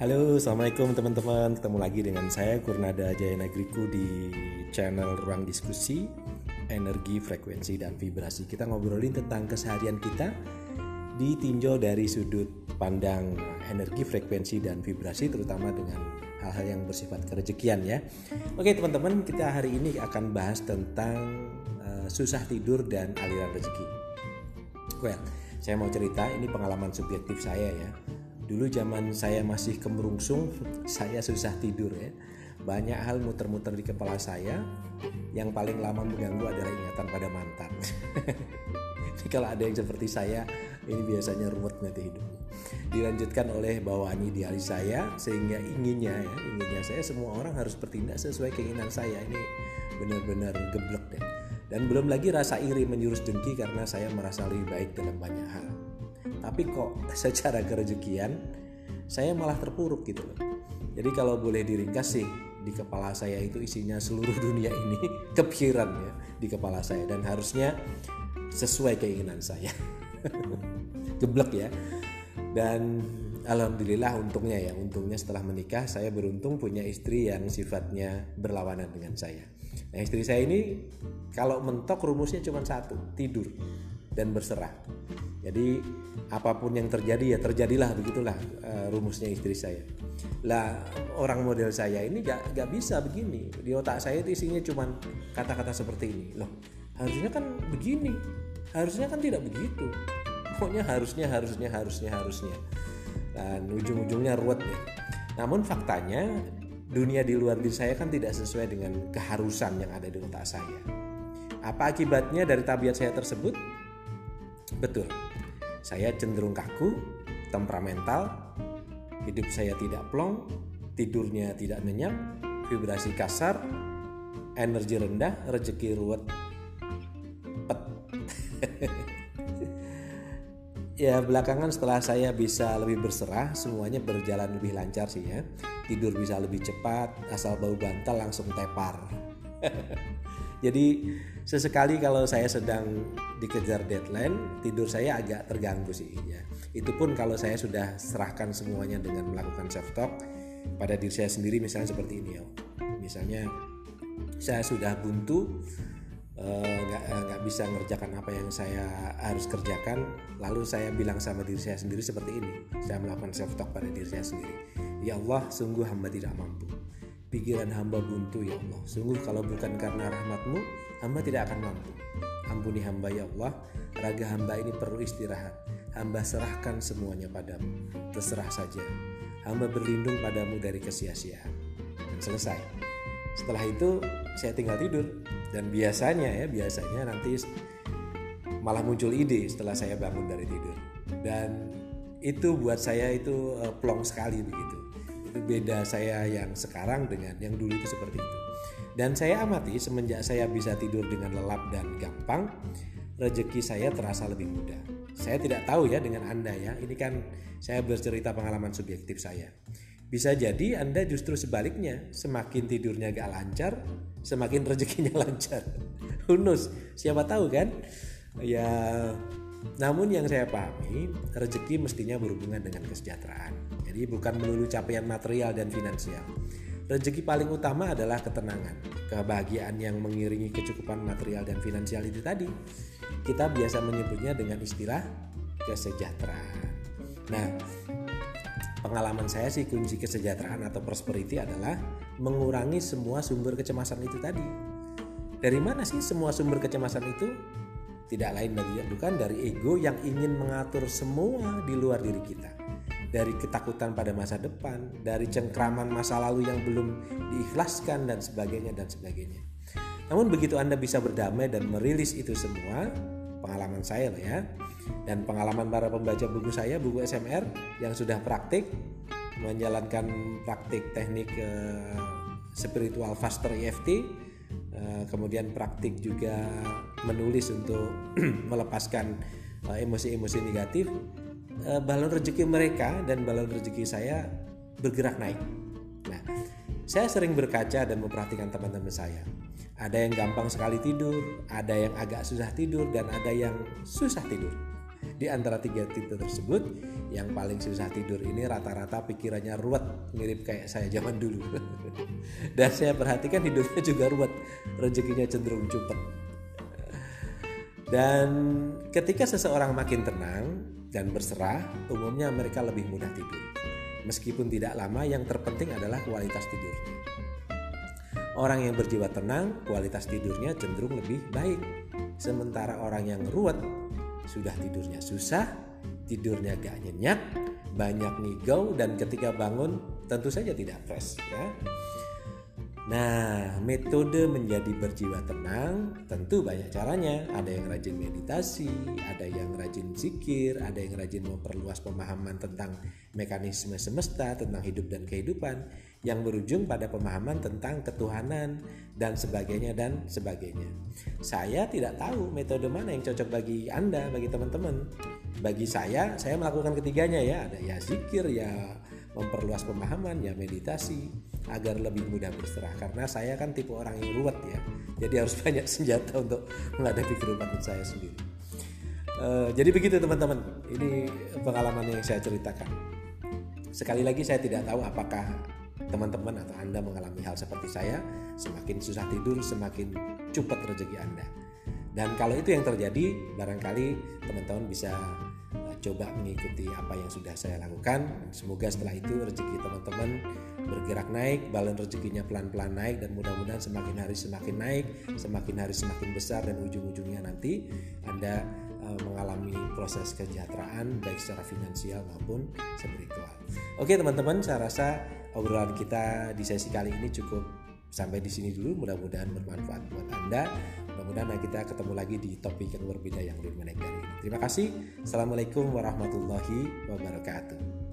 Halo, assalamualaikum teman-teman. Ketemu lagi dengan saya Kurnada Jaya Nagriku di channel Ruang Diskusi Energi, Frekuensi, dan Vibrasi. Kita ngobrolin tentang keseharian kita ditinjau dari sudut pandang energi, frekuensi, dan vibrasi, terutama dengan hal-hal yang bersifat kerejekian ya. Oke teman-teman, kita hari ini akan bahas tentang susah tidur dan aliran rezeki. Saya mau cerita, ini pengalaman subjektif saya ya. Dulu zaman saya masih kemerungsung, saya susah tidur ya. Banyak hal muter-muter di kepala saya. Yang paling lama mengganggu adalah ingatan pada mantan. Jadi kalau ada yang seperti saya, ini biasanya ruwet nanti hidupnya. Dilanjutkan oleh bawaan idealis saya, sehingga inginnya saya semua orang harus bertindak sesuai keinginan saya. Ini benar-benar geblek deh. Dan belum lagi rasa iri menjurus dengki karena saya merasa lebih baik dalam banyak hal. Tapi kok secara kerejekian saya malah terpuruk gitu loh. Jadi kalau boleh diringkas sih, di kepala saya itu isinya seluruh dunia ini kepikiran ya di kepala saya, dan harusnya sesuai keinginan saya. Geblek ya. Dan alhamdulillah untungnya setelah menikah saya beruntung punya istri yang sifatnya berlawanan dengan saya. Nah, istri saya ini kalau mentok rumusnya cuma satu, tidur dan berserah. Jadi apapun yang terjadi ya terjadilah, begitulah rumusnya istri saya. Lah orang model saya ini gak bisa begini. Di otak saya itu isinya cuma kata-kata seperti ini. Loh, harusnya kan begini, harusnya kan tidak begitu. Pokoknya harusnya. Dan ujung-ujungnya ruwet ya. Namun faktanya dunia di luar diri saya kan tidak sesuai dengan keharusan yang ada di otak saya. Apa akibatnya dari tabiat saya tersebut? Betul, saya cenderung kaku, temperamental, hidup saya tidak plong, tidurnya tidak nyenyak, vibrasi kasar, energi rendah, rezeki ruwet, pet. Ya belakangan setelah saya bisa lebih berserah, semuanya berjalan lebih lancar sih ya. Tidur bisa lebih cepat, asal bau bantal langsung tepar. Jadi sesekali kalau saya sedang dikejar deadline, tidur saya agak terganggu sih ya. Itu pun kalau saya sudah serahkan semuanya dengan melakukan self talk pada diri saya sendiri, misalnya seperti ini ya. Misalnya saya sudah buntu, nggak bisa ngerjakan apa yang saya harus kerjakan, lalu saya bilang sama diri saya sendiri seperti ini. Saya melakukan self talk pada diri saya sendiri. Ya Allah, sungguh hamba tidak mampu. Pikiran hamba buntu ya Allah. Sungguh kalau bukan karena rahmat-Mu, hamba tidak akan mampu. Ampuni hamba ya Allah. Raga hamba ini perlu istirahat. Hamba serahkan semuanya padamu. Terserah saja. Hamba berlindung padamu dari kesia-siaan. Dan selesai. Setelah itu saya tinggal tidur. Dan biasanya nanti malah muncul ide setelah saya bangun dari tidur. Dan itu buat saya itu plong sekali begitu. Itu beda saya yang sekarang dengan yang dulu itu seperti itu. Dan saya amati semenjak saya bisa tidur dengan lelap dan gampang, rezeki saya terasa lebih mudah. Saya tidak tahu ya dengan Anda ya. Ini kan saya bercerita pengalaman subjektif saya. Bisa jadi Anda justru sebaliknya, semakin tidurnya gak lancar, semakin rezekinya lancar. Who knows? Siapa tahu kan? Ya, namun yang saya pahami, rezeki mestinya berhubungan dengan kesejahteraan. Jadi bukan melulu capaian material dan finansial. Rezeki paling utama adalah ketenangan, kebahagiaan yang mengiringi kecukupan material dan finansial itu tadi. Kita biasa menyebutnya dengan istilah kesejahteraan. Nah, pengalaman saya sih kunci kesejahteraan atau prosperity adalah mengurangi semua sumber kecemasan itu tadi. Dari mana sih semua sumber kecemasan itu? Tidak lain bukan dari ego yang ingin mengatur semua di luar diri kita. Dari ketakutan pada masa depan, dari cengkraman masa lalu yang belum diikhlaskan dan sebagainya. Namun begitu Anda bisa berdamai dan merilis itu semua, pengalaman saya loh ya, dan pengalaman para pembaca buku saya, buku SMR yang sudah praktik menjalankan praktik teknik spiritual faster EFT, kemudian praktik juga menulis untuk melepaskan emosi-emosi negatif. Balon rezeki mereka dan balon rezeki saya bergerak naik. Nah, saya sering berkaca dan memperhatikan teman-teman saya. Ada yang gampang sekali tidur, ada yang agak susah tidur, dan ada yang susah tidur. Di antara 3 tipe tersebut, yang paling susah tidur ini rata-rata pikirannya ruwet, mirip kayak saya zaman dulu. Dan saya perhatikan hidupnya juga ruwet, rezekinya cenderung cepet. Dan ketika seseorang makin tenang dan berserah, umumnya mereka lebih mudah tidur. Meskipun tidak lama, yang terpenting adalah kualitas tidurnya. Orang yang berjiwa tenang, kualitas tidurnya cenderung lebih baik. Sementara orang yang ruwet, sudah tidurnya susah, tidurnya gak nyenyak, banyak ngigau, dan ketika bangun tentu saja tidak fresh ya. Nah, metode menjadi berjiwa tenang tentu banyak caranya. Ada yang rajin meditasi, ada yang rajin zikir, ada yang rajin memperluas pemahaman tentang mekanisme semesta, tentang hidup dan kehidupan, yang berujung pada pemahaman tentang ketuhanan dan sebagainya dan sebagainya. Saya tidak tahu metode mana yang cocok bagi Anda, bagi teman-teman. Bagi saya melakukan ketiganya ya. Ada ya zikir, ya memperluas pemahaman, ya meditasi, agar lebih mudah berserah. Karena saya kan tipe orang yang ruwet ya, jadi harus banyak senjata untuk menghadapi keruwetan saya sendiri. Jadi begitu teman-teman, ini pengalaman yang saya ceritakan. Sekali lagi saya tidak tahu apakah teman-teman atau Anda mengalami hal seperti saya. Semakin susah tidur, semakin cepat rezeki Anda. Dan kalau itu yang terjadi, barangkali teman-teman bisa coba mengikuti apa yang sudah saya lakukan. Semoga setelah itu rezeki teman-teman bergerak naik, balon rezekinya pelan-pelan naik, dan mudah-mudahan semakin hari semakin naik, semakin hari semakin besar, dan ujung-ujungnya nanti Anda mengalami proses kesejahteraan baik secara finansial maupun spiritual. Oke teman-teman, saya rasa obrolan kita di sesi kali ini cukup sampai di sini dulu. Mudah-mudahan bermanfaat buat Anda. Mudah-mudahan kita ketemu lagi di topik yang berbeda yang lebih menarik dari ini. Terima kasih. Assalamualaikum warahmatullahi wabarakatuh.